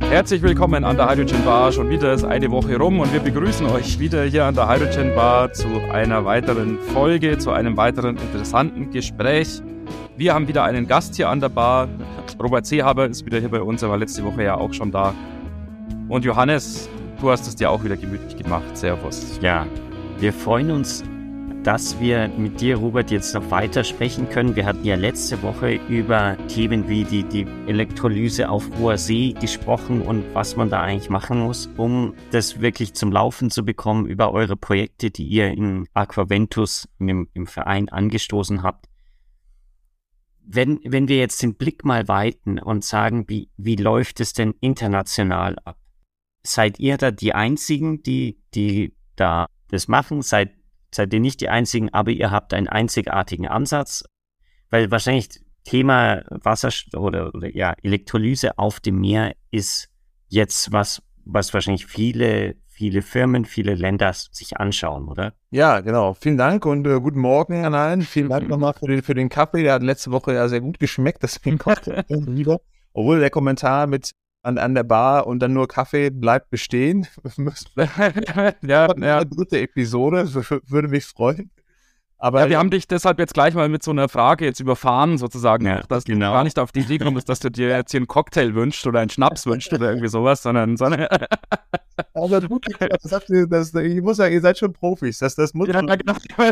Herzlich willkommen an der Hydrogen Bar. Schon wieder ist eine Woche rum und wir begrüßen euch wieder hier an der Hydrogen Bar zu einer weiteren Folge, zu einem weiteren interessanten Gespräch. Wir haben wieder einen Gast hier an der Bar. Robert Seehaber ist wieder hier bei uns, er war letzte Woche ja auch schon da. Und Johannes, du hast es dir auch wieder gemütlich gemacht. Servus. Ja, wir freuen uns, dass wir mit dir, Robert, jetzt noch weiter sprechen können. Wir hatten ja letzte Woche über Themen wie die Elektrolyse auf hoher See gesprochen und was man da eigentlich machen muss, um das wirklich zum Laufen zu bekommen, über eure Projekte, die ihr im Aquaventus, im Verein angestoßen habt. Wenn wir jetzt den Blick mal weiten und sagen, wie läuft es denn international ab? Seid ihr da die Einzigen, die da das machen? Seid ihr nicht die Einzigen, aber ihr habt einen einzigartigen Ansatz? Weil wahrscheinlich Thema Wasserstoff oder Elektrolyse auf dem Meer ist jetzt was wahrscheinlich viele Firmen, viele Länder sich anschauen, oder? Ja, genau. Vielen Dank und guten Morgen an allen. Vielen Dank nochmal für den Kaffee. Der hat letzte Woche ja sehr gut geschmeckt, deswegen kommt er wieder. Obwohl der Kommentar mit an der Bar und dann nur Kaffee bleibt bestehen. Ja, dritte Episode, würde mich freuen. Aber ja, wir haben dich deshalb jetzt gleich mal mit so einer Frage jetzt überfahren, sozusagen. Ja, dass du gar nicht auf die Idee kommst, dass du dir jetzt hier einen Cocktail wünschst oder einen Schnaps wünschst oder irgendwie sowas, sondern aber gut, ich muss sagen, ihr seid schon Profis. Das muss ja, genau.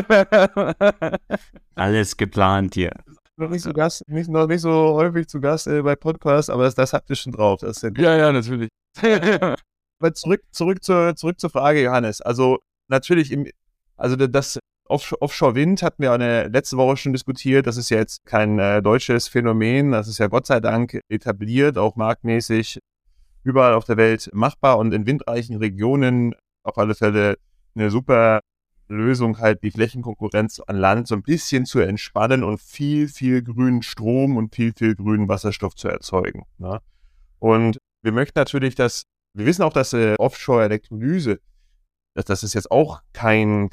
Alles geplant hier. Noch nicht so häufig zu Gast bei Podcasts, aber das habt ihr schon drauf. Ja, natürlich. Aber zurück zur Frage, Johannes. Also natürlich, das Offshore-Wind hatten wir letzte Woche schon diskutiert. Das ist ja jetzt kein deutsches Phänomen. Das ist ja Gott sei Dank etabliert, auch marktmäßig überall auf der Welt machbar und in windreichen Regionen auf alle Fälle eine super Lösung, halt die Flächenkonkurrenz an Land so ein bisschen zu entspannen und viel, viel grünen Strom und viel, viel grünen Wasserstoff zu erzeugen. Ne? Und wir möchten natürlich, wir wissen auch, dass Offshore-Elektrolyse, das ist jetzt auch keine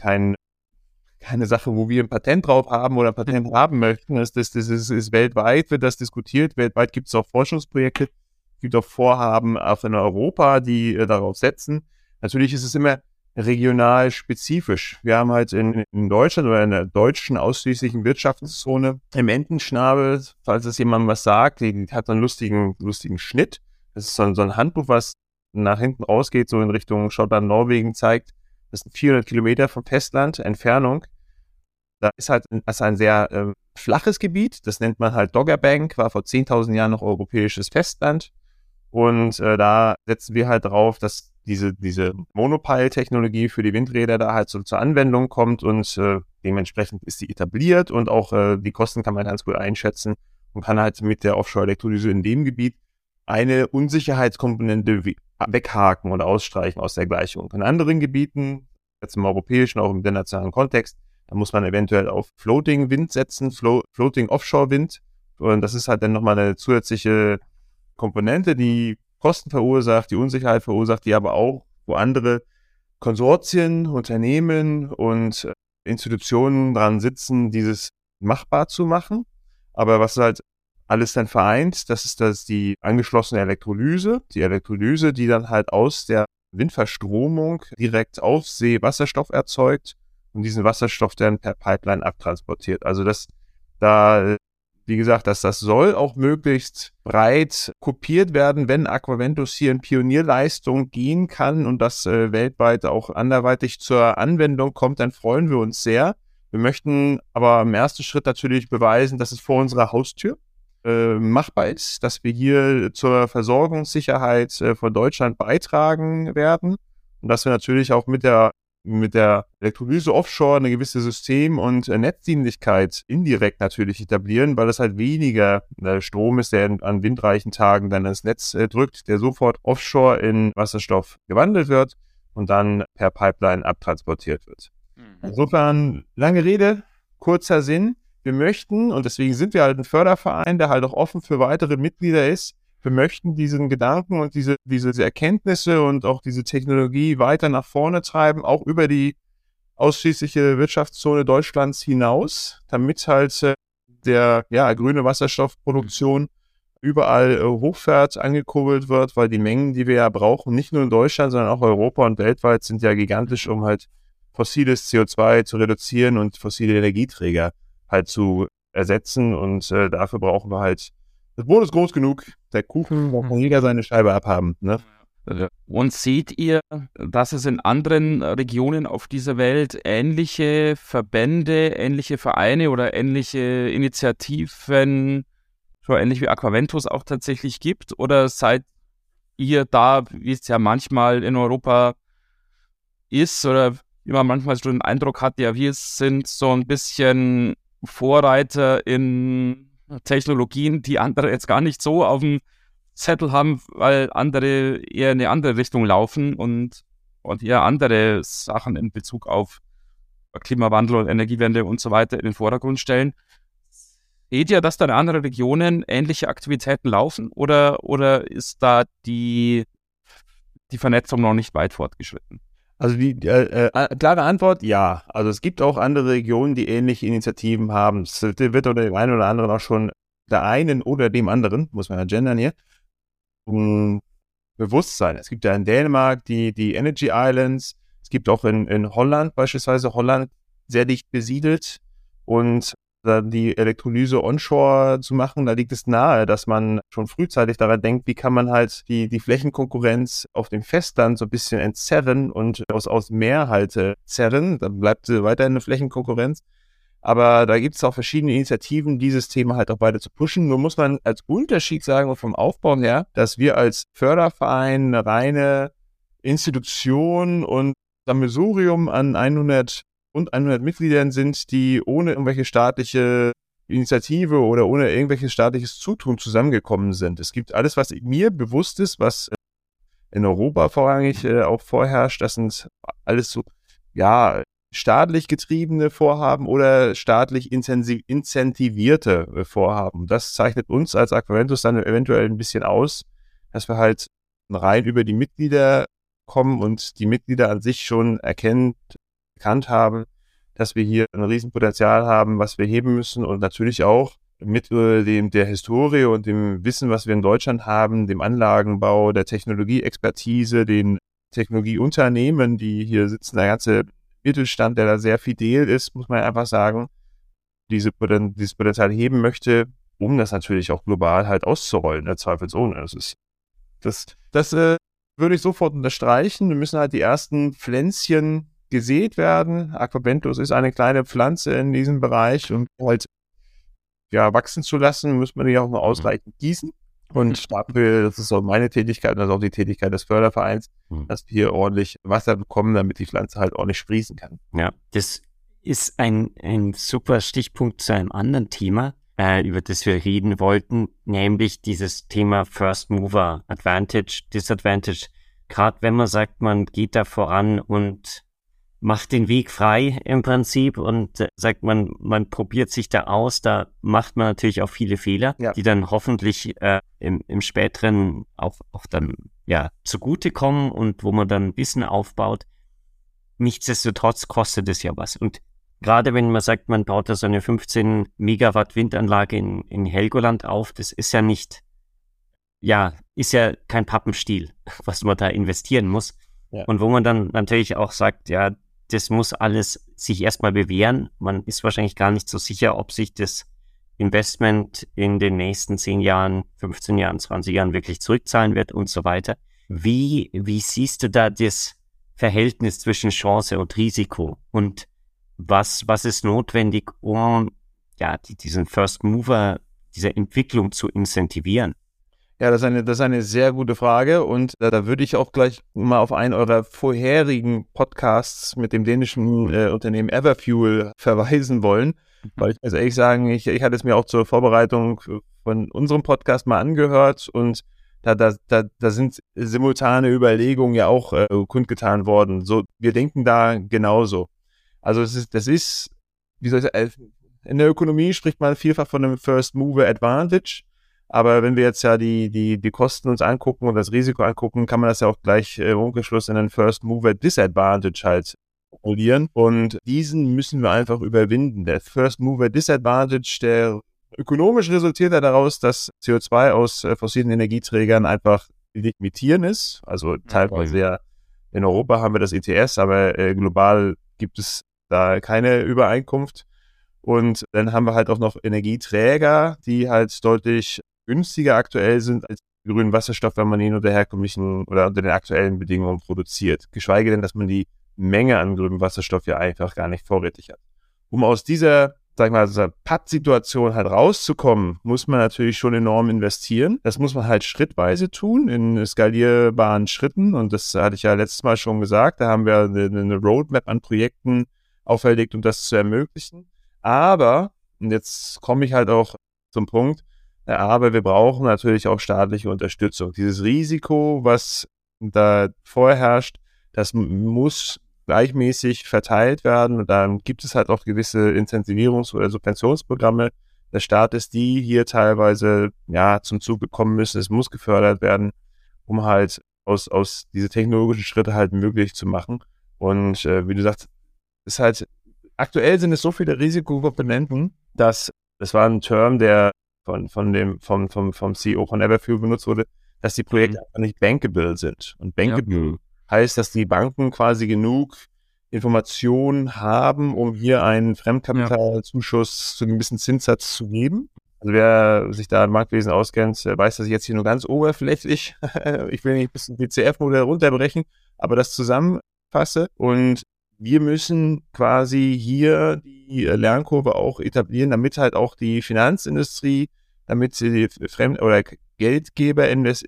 Sache, wo wir ein Patent drauf haben oder ein Patent haben möchten. Das ist weltweit, wird das diskutiert. Weltweit gibt es auch Forschungsprojekte, gibt auch Vorhaben auch in Europa, die darauf setzen. Natürlich ist es immer regional spezifisch. Wir haben halt in Deutschland oder in der deutschen ausschließlichen Wirtschaftszone im Entenschnabel, falls es jemandem was sagt, die hat so einen lustigen Schnitt. Das ist so ein Handbuch, was nach hinten rausgeht, so in Richtung Schottland, Norwegen zeigt. Das sind 400 Kilometer vom Festland Entfernung. Da ist halt ein sehr flaches Gebiet. Das nennt man halt Doggerbank, war vor 10.000 Jahren noch europäisches Festland. Und da setzen wir halt drauf, dass diese Monopile-Technologie für die Windräder da halt so zur Anwendung kommt und dementsprechend ist die etabliert und auch die Kosten kann man ganz gut einschätzen und kann halt mit der Offshore-Elektrolyse in dem Gebiet eine Unsicherheitskomponente weghaken oder ausstreichen aus der Gleichung. In anderen Gebieten, jetzt im europäischen, auch im internationalen Kontext, da muss man eventuell auf Floating-Wind setzen, Floating-Offshore-Wind und das ist halt dann nochmal eine zusätzliche Komponente, die Kosten verursacht, die Unsicherheit verursacht, die aber auch, wo andere Konsortien, Unternehmen und Institutionen dran sitzen, dieses machbar zu machen. Aber was halt alles dann vereint, das ist die angeschlossene Elektrolyse. Die Elektrolyse, die dann halt aus der Windverstromung direkt auf See Wasserstoff erzeugt und diesen Wasserstoff dann per Pipeline abtransportiert. Also wie gesagt, das soll auch möglichst breit kopiert werden, wenn Aquaventus hier in Pionierleistung gehen kann und das weltweit auch anderweitig zur Anwendung kommt, dann freuen wir uns sehr. Wir möchten aber im ersten Schritt natürlich beweisen, dass es vor unserer Haustür machbar ist, dass wir hier zur Versorgungssicherheit von Deutschland beitragen werden und dass wir natürlich auch mit der Elektrolyse offshore eine gewisse System- und Netzdienlichkeit indirekt natürlich etablieren, weil das halt weniger Strom ist, der an windreichen Tagen dann ins Netz drückt, der sofort offshore in Wasserstoff gewandelt wird und dann per Pipeline abtransportiert wird. Insofern, lange Rede, kurzer Sinn. Wir möchten, und deswegen sind wir halt ein Förderverein, der halt auch offen für weitere Mitglieder ist, wir möchten diesen Gedanken und diese Erkenntnisse und auch diese Technologie weiter nach vorne treiben, auch über die ausschließliche Wirtschaftszone Deutschlands hinaus, damit halt der grüne Wasserstoffproduktion überall hochfährt, angekurbelt wird, weil die Mengen, die wir ja brauchen, nicht nur in Deutschland, sondern auch Europa und weltweit sind ja gigantisch, um halt fossiles CO2 zu reduzieren und fossile Energieträger halt zu ersetzen. Und dafür brauchen wir halt, das Brot ist groß genug, der Kuchen, da kann jeder seine Scheibe abhaben. Ne? Und seht ihr, dass es in anderen Regionen auf dieser Welt ähnliche Verbände, ähnliche Vereine oder ähnliche Initiativen, so ähnlich wie Aquaventus auch tatsächlich gibt? Oder seid ihr da, wie es ja manchmal in Europa ist, oder wie man manchmal so den Eindruck hat, ja, wir sind so ein bisschen Vorreiter in Technologien, die andere jetzt gar nicht so auf dem Zettel haben, weil andere eher in eine andere Richtung laufen und eher andere Sachen in Bezug auf Klimawandel und Energiewende und so weiter in den Vordergrund stellen. Seht ihr, dass da in anderen Regionen ähnliche Aktivitäten laufen oder ist da die Vernetzung noch nicht weit fortgeschritten? Also die klare Antwort, ja. Also es gibt auch andere Regionen, die ähnliche Initiativen haben. Es wird oder dem einen oder anderen auch schon der einen oder dem anderen, muss man ja gendern hier, bewusst sein. Es gibt ja in Dänemark die Energy Islands, es gibt auch in Holland beispielsweise, Holland sehr dicht besiedelt und die Elektrolyse onshore zu machen, da liegt es nahe, dass man schon frühzeitig daran denkt, wie kann man halt die Flächenkonkurrenz auf dem Festland so ein bisschen entzerren und aus Meer halt zerren, dann bleibt weiterhin eine Flächenkonkurrenz. Aber da gibt es auch verschiedene Initiativen, dieses Thema halt auch weiter zu pushen. Nur muss man als Unterschied sagen, vom Aufbau her, dass wir als Förderverein eine reine Institution und Sammelsurium an 100 Mitgliedern sind, die ohne irgendwelche staatliche Initiative oder ohne irgendwelches staatliches Zutun zusammengekommen sind. Es gibt alles, was mir bewusst ist, was in Europa vorrangig auch vorherrscht. Das sind alles so, ja, staatlich getriebene Vorhaben oder staatlich incentivierte Vorhaben. Das zeichnet uns als Aquaventus dann eventuell ein bisschen aus, dass wir halt rein über die Mitglieder kommen und die Mitglieder an sich schon erkannt haben, dass wir hier ein Riesenpotenzial haben, was wir heben müssen und natürlich auch mit der Historie und dem Wissen, was wir in Deutschland haben, dem Anlagenbau, der Technologieexpertise, den Technologieunternehmen, die hier sitzen, der ganze Mittelstand, der da sehr fidel ist, muss man einfach sagen, dieses Potenzial heben möchte, um das natürlich auch global halt auszurollen, zweifelsohne. Das würde ich sofort unterstreichen. Wir müssen halt die ersten Pflänzchen gesät werden. Aquaventus ist eine kleine Pflanze in diesem Bereich und halt wachsen zu lassen, muss man die auch nur ausreichend gießen. Und dafür, das ist auch meine Tätigkeit und das ist auch die Tätigkeit des Fördervereins, dass wir hier ordentlich Wasser bekommen, damit die Pflanze halt ordentlich sprießen kann. Ja, das ist ein super Stichpunkt zu einem anderen Thema, über das wir reden wollten, nämlich dieses Thema First Mover Advantage, Disadvantage. Gerade wenn man sagt, man geht da voran und macht den Weg frei im Prinzip und sagt man probiert sich da aus, da macht man natürlich auch viele Fehler, die dann hoffentlich im Späteren auch dann zugutekommen und wo man dann Wissen aufbaut. Nichtsdestotrotz kostet es ja was. Und gerade wenn man sagt, man baut da so eine 15 Megawatt Windanlage in Helgoland auf, das ist ja ist ja kein Pappenstiel, was man da investieren muss. Ja. Und wo man dann natürlich auch sagt, das muss alles sich erstmal bewähren. Man ist wahrscheinlich gar nicht so sicher, ob sich das Investment in den nächsten 10 Jahren, 15 Jahren, 20 Jahren wirklich zurückzahlen wird und so weiter. Wie siehst du da das Verhältnis zwischen Chance und Risiko? Und was ist notwendig, um diesen First Mover, diese Entwicklung zu incentivieren? Ja, das ist eine sehr gute Frage und da würde ich auch gleich mal auf einen eurer vorherigen Podcasts mit dem dänischen Unternehmen Everfuel verweisen wollen, weil ich also ehrlich sagen, ich hatte es mir auch zur Vorbereitung von unserem Podcast mal angehört und da sind simultane Überlegungen ja auch kundgetan worden. So, wir denken da genauso. Also das ist, wie soll ich sagen, in der Ökonomie spricht man vielfach von einem First Mover Advantage. Aber wenn wir jetzt die Kosten uns angucken und das Risiko angucken, kann man das ja auch gleich im Umkehrschluss in einen First Mover Disadvantage halt formulieren. Und diesen müssen wir einfach überwinden. Der First Mover Disadvantage, der Ökonomisch resultiert daraus, dass CO2 aus fossilen Energieträgern einfach limitieren ist. Also teilweise ja in Europa haben wir das ETS, aber global gibt es da keine Übereinkunft. Und dann haben wir halt auch noch Energieträger, die halt deutlich günstiger aktuell sind als grünen Wasserstoff, wenn man ihn unter herkömmlichen oder unter den aktuellen Bedingungen produziert. Geschweige denn, dass man die Menge an grünem Wasserstoff ja einfach gar nicht vorrätig hat. Um aus dieser, sag ich mal, dieser Pattsituation halt rauszukommen, muss man natürlich schon enorm investieren. Das muss man halt schrittweise tun, in skalierbaren Schritten. Und das hatte ich ja letztes Mal schon gesagt. Da haben wir eine Roadmap an Projekten auferlegt, um das zu ermöglichen. Aber, und jetzt komme ich halt auch zum Punkt, aber wir brauchen natürlich auch staatliche Unterstützung. Dieses Risiko, was da vorherrscht, das muss gleichmäßig verteilt werden. Und dann gibt es halt auch gewisse Incentivierungs- oder Subventionsprogramme des Staates, die hier teilweise zum Zuge kommen müssen. Es muss gefördert werden, um halt aus diese technologischen Schritte halt möglich zu machen. Und wie du sagst, ist halt, aktuell sind es so viele Risikokomponenten, dass, das war ein Term, der vom CEO von Everfuel benutzt wurde, dass die Projekte einfach nicht bankable sind. Und bankable heißt, dass die Banken quasi genug Informationen haben, um hier einen Fremdkapitalzuschuss zu einem gewissen Zinssatz zu geben. Also wer sich da im Marktwesen auskennt, weiß, dass ich jetzt hier nur ganz oberflächlich, ich will nicht ein bisschen DCF-Modell runterbrechen, aber das zusammenfasse. Und wir müssen quasi hier die Lernkurve auch etablieren, damit halt auch die Finanzindustrie, damit sie oder Geldgeber,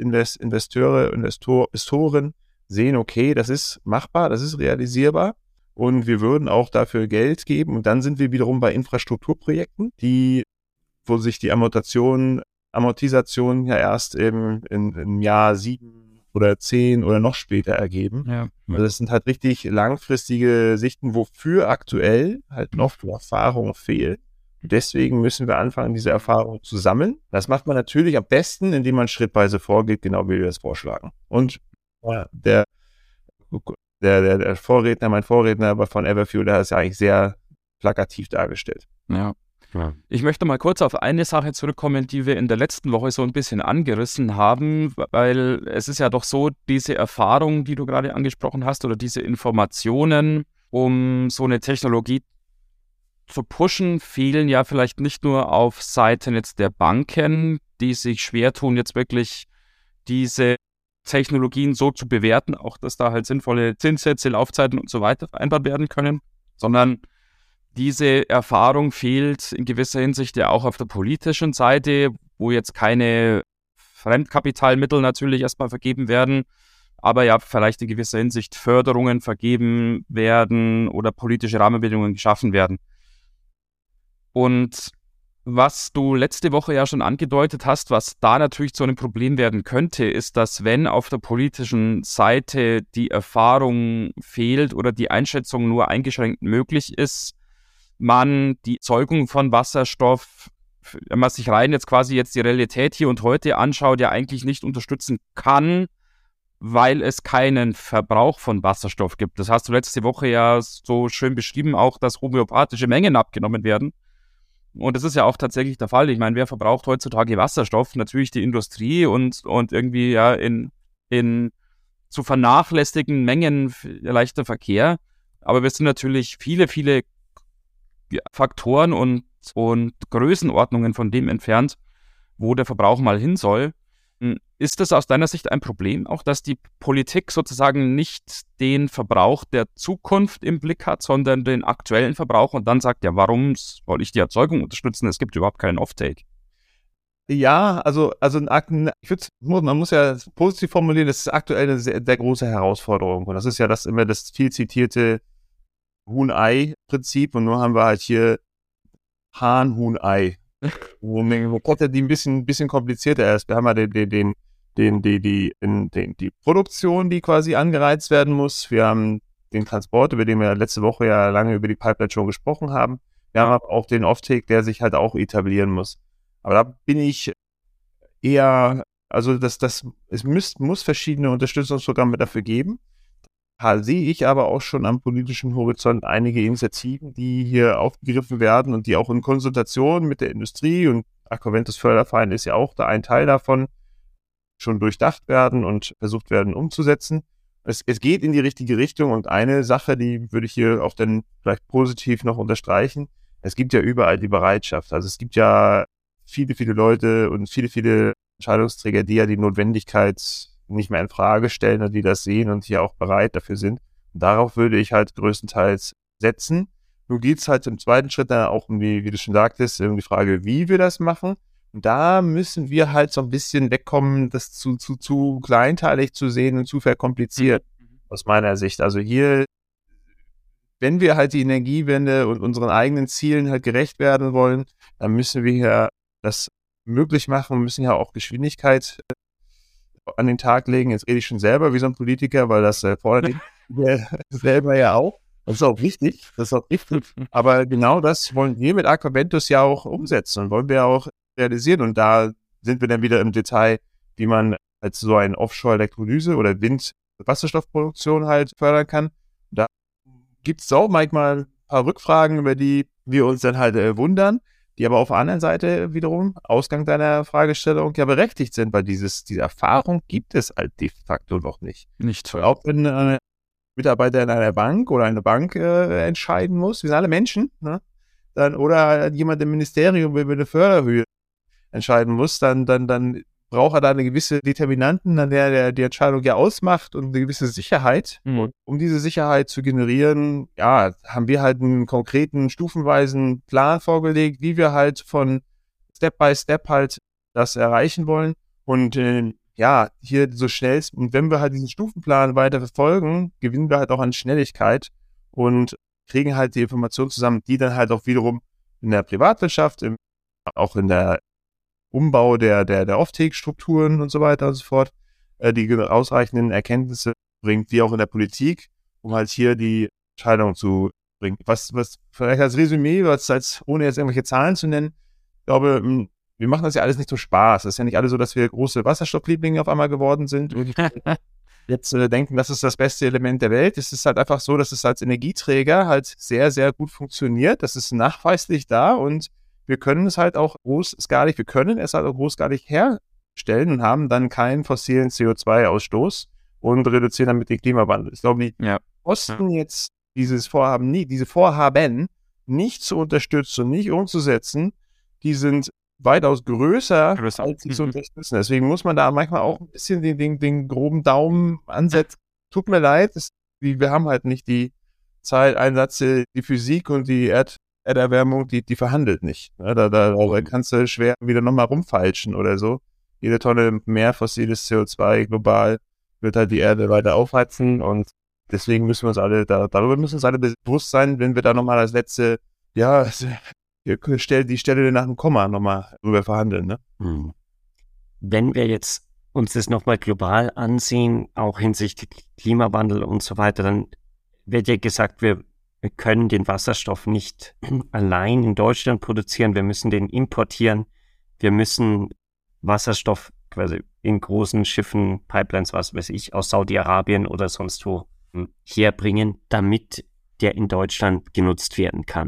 Investoren sehen, okay, das ist machbar, das ist realisierbar und wir würden auch dafür Geld geben. Und dann sind wir wiederum bei Infrastrukturprojekten, wo sich die Amortisation ja erst im Jahr 7 oder 10 oder noch später ergeben. Ja. Also das sind halt richtig langfristige Sichten, wofür aktuell halt noch die Erfahrung fehlt. Deswegen müssen wir anfangen, diese Erfahrung zu sammeln. Das macht man natürlich am besten, indem man schrittweise vorgeht, genau wie wir das vorschlagen. Und der Vorredner, mein Vorredner aber von Everfuel, der hat es ja eigentlich sehr plakativ dargestellt. Ja. Ich möchte mal kurz auf eine Sache zurückkommen, die wir in der letzten Woche so ein bisschen angerissen haben, weil es ist ja doch so, diese Erfahrung, die du gerade angesprochen hast, oder diese Informationen, um so eine Technologie zu pushen, fehlen ja vielleicht nicht nur auf Seiten jetzt der Banken, die sich schwer tun, jetzt wirklich diese Technologien so zu bewerten, auch dass da halt sinnvolle Zinssätze, Laufzeiten und so weiter vereinbart werden können, sondern diese Erfahrung fehlt in gewisser Hinsicht ja auch auf der politischen Seite, wo jetzt keine Fremdkapitalmittel natürlich erstmal vergeben werden, aber ja vielleicht in gewisser Hinsicht Förderungen vergeben werden oder politische Rahmenbedingungen geschaffen werden. Und was du letzte Woche ja schon angedeutet hast, was da natürlich zu einem Problem werden könnte, ist, dass wenn auf der politischen Seite die Erfahrung fehlt oder die Einschätzung nur eingeschränkt möglich ist, man die Erzeugung von Wasserstoff, wenn man sich rein jetzt quasi die Realität hier und heute anschaut, ja eigentlich nicht unterstützen kann, weil es keinen Verbrauch von Wasserstoff gibt. Das hast du letzte Woche ja so schön beschrieben, auch dass homöopathische Mengen abgenommen werden. Und das ist ja auch tatsächlich der Fall. Ich meine, wer verbraucht heutzutage Wasserstoff? Natürlich die Industrie und irgendwie ja in zu vernachlässigen Mengen leichter Verkehr. Aber wir sind natürlich viele Faktoren und Größenordnungen von dem entfernt, wo der Verbrauch mal hin soll. Ist das aus deiner Sicht ein Problem, auch dass die Politik sozusagen nicht den Verbrauch der Zukunft im Blick hat, sondern den aktuellen Verbrauch und dann sagt, ja, warum soll ich die Erzeugung unterstützen? Es gibt überhaupt keinen Offtake. Ja, also man muss ja positiv formulieren, das ist aktuell eine sehr, sehr große Herausforderung. Und das ist ja immer das viel zitierte Huhn-Ei-Prinzip. Und nur haben wir halt hier Hahn-Huhn-Ei. Eine Kette, die ein bisschen komplizierter ist. Wir haben ja die Produktion, die quasi angereizt werden muss. Wir haben den Transport, über den wir letzte Woche ja lange über die Pipeline schon gesprochen haben. Wir haben aber auch den Offtake, der sich halt auch etablieren muss. Aber da bin ich eher, also es muss verschiedene Unterstützungsprogramme dafür geben. Da sehe ich aber auch schon am politischen Horizont einige Initiativen, die hier aufgegriffen werden und die auch in Konsultation mit der Industrie und Aquaventus Förderverein ist ja auch da ein Teil davon, schon durchdacht werden und versucht werden umzusetzen. Es geht in die richtige Richtung und eine Sache, die würde ich hier auch dann vielleicht positiv noch unterstreichen, es gibt ja überall die Bereitschaft. Also es gibt ja viele, viele Leute und viele, viele Entscheidungsträger, die ja die Notwendigkeit nicht mehr in Frage stellen und die das sehen und hier auch bereit dafür sind. Und darauf würde ich halt größtenteils setzen. Nun geht es halt im zweiten Schritt dann auch um die, wie du schon sagtest, um die Frage, wie wir das machen. Und da müssen wir halt so ein bisschen wegkommen, das zu kleinteilig zu sehen und zu verkompliziert, aus meiner Sicht. Also hier, wenn wir halt die Energiewende und unseren eigenen Zielen halt gerecht werden wollen, dann müssen wir hier das möglich machen, müssen ja auch Geschwindigkeit an den Tag legen. Jetzt rede ich schon selber wie so ein Politiker, weil das fordert wir selber ja auch. Das ist auch wichtig, Aber genau das wollen wir mit Aquaventus ja auch umsetzen und wollen wir auch realisieren. Und da sind wir dann wieder im Detail, wie man als so ein Offshore-Elektrolyse oder Wind-Wasserstoffproduktion halt fördern kann. Da gibt es auch manchmal ein paar Rückfragen, über die wir uns dann halt wundern, die aber auf der anderen Seite wiederum, Ausgang deiner Fragestellung, ja berechtigt sind, weil diese Erfahrung gibt es halt de facto noch nicht. Nicht so. Auch wenn eine Mitarbeiter in einer Bank oder eine Bank entscheiden muss, wir sind alle Menschen, ne? Dann, oder jemand im Ministerium über eine Förderhöhe entscheiden muss, dann braucht er da eine gewisse Determinanten, an der die Entscheidung ja ausmacht und eine gewisse Sicherheit. Und um diese Sicherheit zu generieren, ja, haben wir halt einen konkreten, stufenweisen Plan vorgelegt, wie wir halt von Step by Step halt das erreichen wollen. Und ja, hier so schnell, und wenn wir halt diesen Stufenplan weiter verfolgen, gewinnen wir halt auch an Schnelligkeit und kriegen halt die Informationen zusammen, die dann halt auch wiederum in der Privatwirtschaft, auch in der Umbau der Offtake-Strukturen und so weiter und so fort, die ausreichenden Erkenntnisse bringt, wie auch in der Politik, um halt hier die Entscheidung zu bringen. Was vielleicht als Resümee, ohne jetzt irgendwelche Zahlen zu nennen, ich glaube, wir machen das ja alles nicht zum Spaß. Es ist ja nicht alles so, dass wir große Wasserstofflieblinge auf einmal geworden sind und jetzt denken, das ist das beste Element der Welt. Es ist halt einfach so, dass es als Energieträger halt sehr, sehr gut funktioniert. Das ist nachweislich da und wir können es halt auch großskalig herstellen und haben dann keinen fossilen CO2-Ausstoß und reduzieren damit den Klimawandel. Ich glaube, die Kosten jetzt diese Vorhaben nicht zu unterstützen und nicht umzusetzen, die sind weitaus größer. Als sie zu unterstützen. Deswegen muss man da manchmal auch ein bisschen den groben Daumen ansetzen. Tut mir leid, wir haben halt nicht die Zeiteinsätze, die Physik und die Erderwärmung, die verhandelt nicht. Ja, da kannst du schwer wieder nochmal rumfeilschen oder so. Jede Tonne mehr fossiles CO2 global wird halt die Erde weiter aufheizen und deswegen müssen wir uns alle, darüber müssen uns alle bewusst sein, wenn wir da nochmal das letzte, die Stelle nach dem Komma nochmal drüber verhandeln. Ne? Wenn wir jetzt uns das nochmal global ansehen, auch hinsichtlich Klimawandel und so weiter, dann wird ja gesagt, wir können den Wasserstoff nicht allein in Deutschland produzieren, wir müssen den importieren, wir müssen Wasserstoff quasi in großen Schiffen, Pipelines, was weiß ich, aus Saudi-Arabien oder sonst wo herbringen, damit der in Deutschland genutzt werden kann.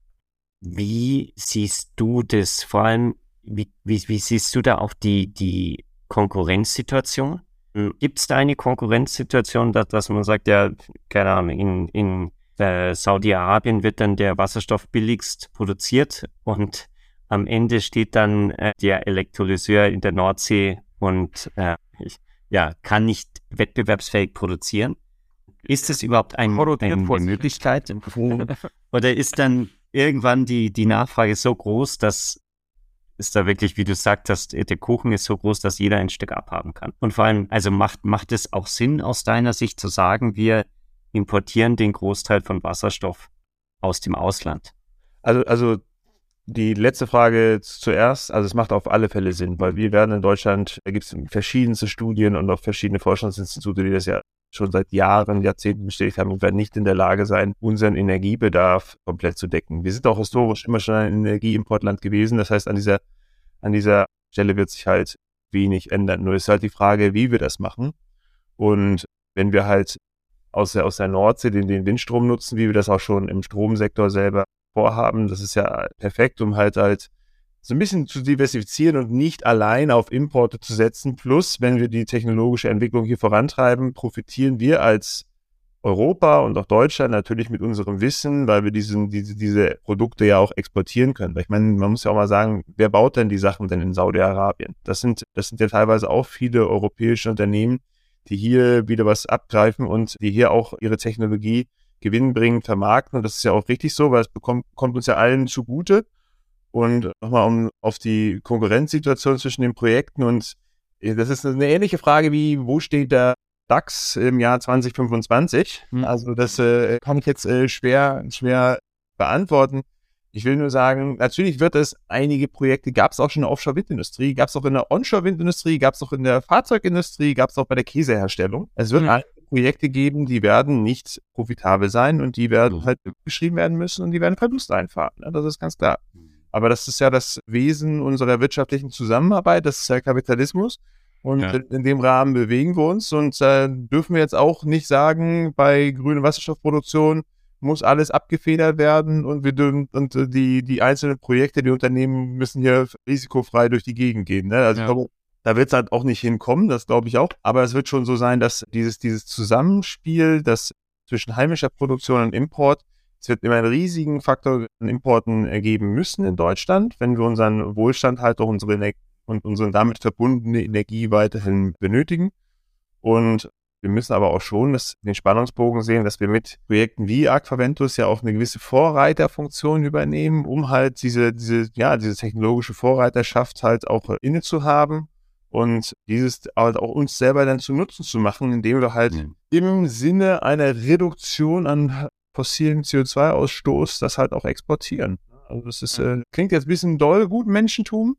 Wie siehst du das, vor allem, wie siehst du da auch die Konkurrenzsituation? Gibt es da eine Konkurrenzsituation, dass man sagt, ja, keine Ahnung, in Saudi-Arabien wird dann der Wasserstoff billigst produziert und am Ende steht dann der Elektrolyseur in der Nordsee und kann nicht wettbewerbsfähig produzieren? Ist das überhaupt eine Möglichkeit? Oder ist dann irgendwann die Nachfrage so groß, dass es da wirklich, wie du gesagt hast, der Kuchen ist so groß, dass jeder ein Stück abhaben kann? Und vor allem, also macht es auch Sinn aus deiner Sicht zu sagen, wir importieren den Großteil von Wasserstoff aus dem Ausland? Also die letzte Frage zuerst, also es macht auf alle Fälle Sinn, weil wir werden in Deutschland, da gibt es verschiedenste Studien und auch verschiedene Forschungsinstitute, die das ja schon seit Jahren, Jahrzehnten bestätigt haben, und werden nicht in der Lage sein, unseren Energiebedarf komplett zu decken. Wir sind auch historisch immer schon ein Energieimportland gewesen, das heißt, an dieser Stelle wird sich halt wenig ändern. Nur ist halt die Frage, wie wir das machen. Und wenn wir halt aus der Nordsee den Windstrom nutzen, wie wir das auch schon im Stromsektor selber vorhaben, das ist ja perfekt, um halt so ein bisschen zu diversifizieren und nicht allein auf Importe zu setzen. Plus, wenn wir die technologische Entwicklung hier vorantreiben, profitieren wir als Europa und auch Deutschland natürlich mit unserem Wissen, weil wir diese Produkte ja auch exportieren können. Weil ich meine, man muss ja auch mal sagen, wer baut denn die Sachen denn in Saudi-Arabien? Das sind ja teilweise auch viele europäische Unternehmen, die hier wieder was abgreifen und die hier auch ihre Technologie gewinnbringend vermarkten. Und das ist ja auch richtig so, weil es kommt uns ja allen zugute. Und nochmal auf die Konkurrenzsituation zwischen den Projekten. Und das ist eine ähnliche Frage wie, wo steht der DAX im Jahr 2025? Also das kann ich jetzt schwer beantworten. Ich will nur sagen, natürlich wird es einige Projekte, gab es auch schon in der Offshore-Windindustrie, gab es auch in der Onshore-Windindustrie, gab es auch in der Fahrzeugindustrie, gab es auch bei der Käseherstellung. Es wird einige Projekte geben, die werden nicht profitabel sein und die werden halt beschrieben werden müssen und die werden Verlust einfahren. Das ist ganz klar. Aber das ist ja das Wesen unserer wirtschaftlichen Zusammenarbeit, das ist ja Kapitalismus. Und in dem Rahmen bewegen wir uns und dürfen wir jetzt auch nicht sagen, bei grüner Wasserstoffproduktion muss alles abgefedert werden und die einzelnen Projekte, die Unternehmen müssen hier risikofrei durch die Gegend gehen. Ne? Also ich glaube, da wird es halt auch nicht hinkommen, das glaube ich auch. Aber es wird schon so sein, dass dieses Zusammenspiel, das zwischen heimischer Produktion und Import, es wird immer einen riesigen Faktor an Importen ergeben müssen in Deutschland, wenn wir unseren Wohlstand halt auch unsere damit verbundene Energie weiterhin benötigen. Und wir müssen aber auch schon den Spannungsbogen sehen, dass wir mit Projekten wie Aquaventus ja auch eine gewisse Vorreiterfunktion übernehmen, um halt diese technologische Vorreiterschaft halt auch inne zu haben und dieses halt auch uns selber dann zu Nutzen zu machen, indem wir halt im Sinne einer Reduktion an fossilen CO2-Ausstoß das halt auch exportieren. Also das klingt jetzt ein bisschen doll, gut Menschentum.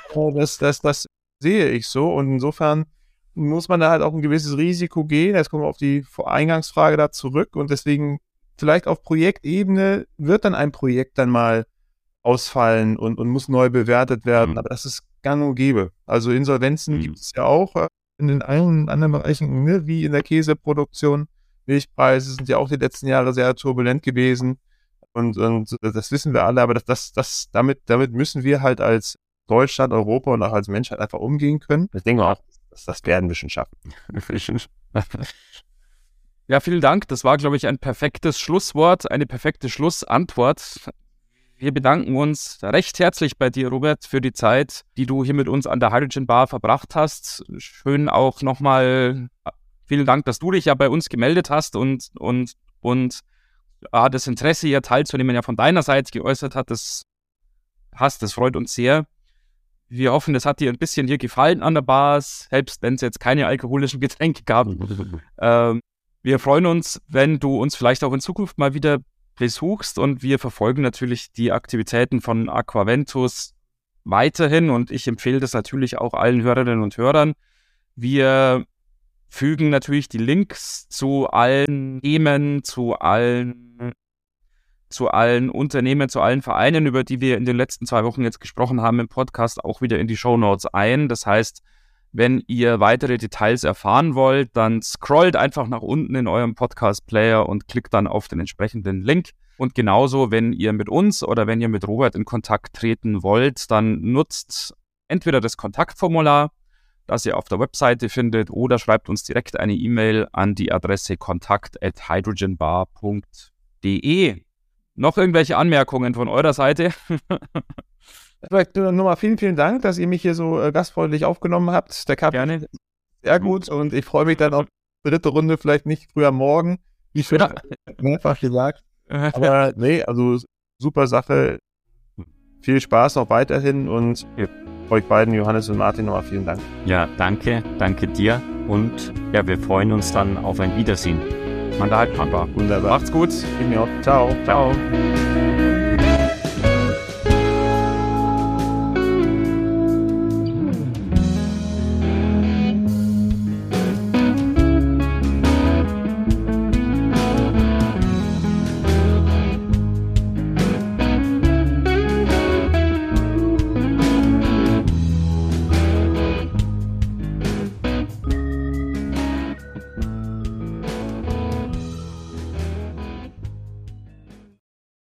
Das sehe ich so und insofern muss man da halt auch ein gewisses Risiko gehen. Jetzt kommen wir auf die Eingangsfrage da zurück und deswegen vielleicht auf Projektebene wird dann ein Projekt dann mal ausfallen und muss neu bewertet werden, aber das ist gang und gäbe. Also Insolvenzen gibt es ja auch in den anderen Bereichen, ne, wie in der Käseproduktion. Milchpreise sind ja auch die letzten Jahre sehr turbulent gewesen und das wissen wir alle, aber damit müssen wir halt als Deutschland, Europa und auch als Menschheit einfach umgehen können. Ich denke auch, das werden wir schon schaffen. Ja, vielen Dank. Das war, glaube ich, ein perfektes Schlusswort, eine perfekte Schlussantwort. Wir bedanken uns recht herzlich bei dir, Robert, für die Zeit, die du hier mit uns an der Hydrogen Bar verbracht hast. Schön auch nochmal, vielen Dank, dass du dich ja bei uns gemeldet hast und das Interesse hier teilzunehmen ja von deiner Seite geäußert hat. Das freut uns sehr. Wir hoffen, das hat dir ein bisschen hier gefallen an der Bar, selbst wenn es jetzt keine alkoholischen Getränke gab. Wir freuen uns, wenn du uns vielleicht auch in Zukunft mal wieder besuchst und wir verfolgen natürlich die Aktivitäten von Aquaventus weiterhin und ich empfehle das natürlich auch allen Hörerinnen und Hörern. Wir fügen natürlich die Links zu allen Themen, zu allen Unternehmen, zu allen Vereinen, über die wir in den letzten 2 Wochen jetzt gesprochen haben im Podcast, auch wieder in die Shownotes ein. Das heißt, wenn ihr weitere Details erfahren wollt, dann scrollt einfach nach unten in eurem Podcast-Player und klickt dann auf den entsprechenden Link. Und genauso, wenn ihr mit uns oder wenn ihr mit Robert in Kontakt treten wollt, dann nutzt entweder das Kontaktformular, das ihr auf der Webseite findet, oder schreibt uns direkt eine E-Mail an die Adresse kontakt@hydrogenbar.de. Noch irgendwelche Anmerkungen von eurer Seite? Vielleicht nochmal vielen Dank, dass ihr mich hier so gastfreundlich aufgenommen habt. Der Kaffee Gerne. Sehr gut und ich freue mich dann auf die 3. Runde, vielleicht nicht früher morgen, wie schon mehrfach gesagt. Aber nee, also super Sache. Viel Spaß auch weiterhin und euch beiden, Johannes und Martin, nochmal vielen Dank. Ja, danke dir und ja, wir freuen uns dann auf ein Wiedersehen. Man da halt, Papa. Wunderbar. Macht's gut. Ciao. Ciao.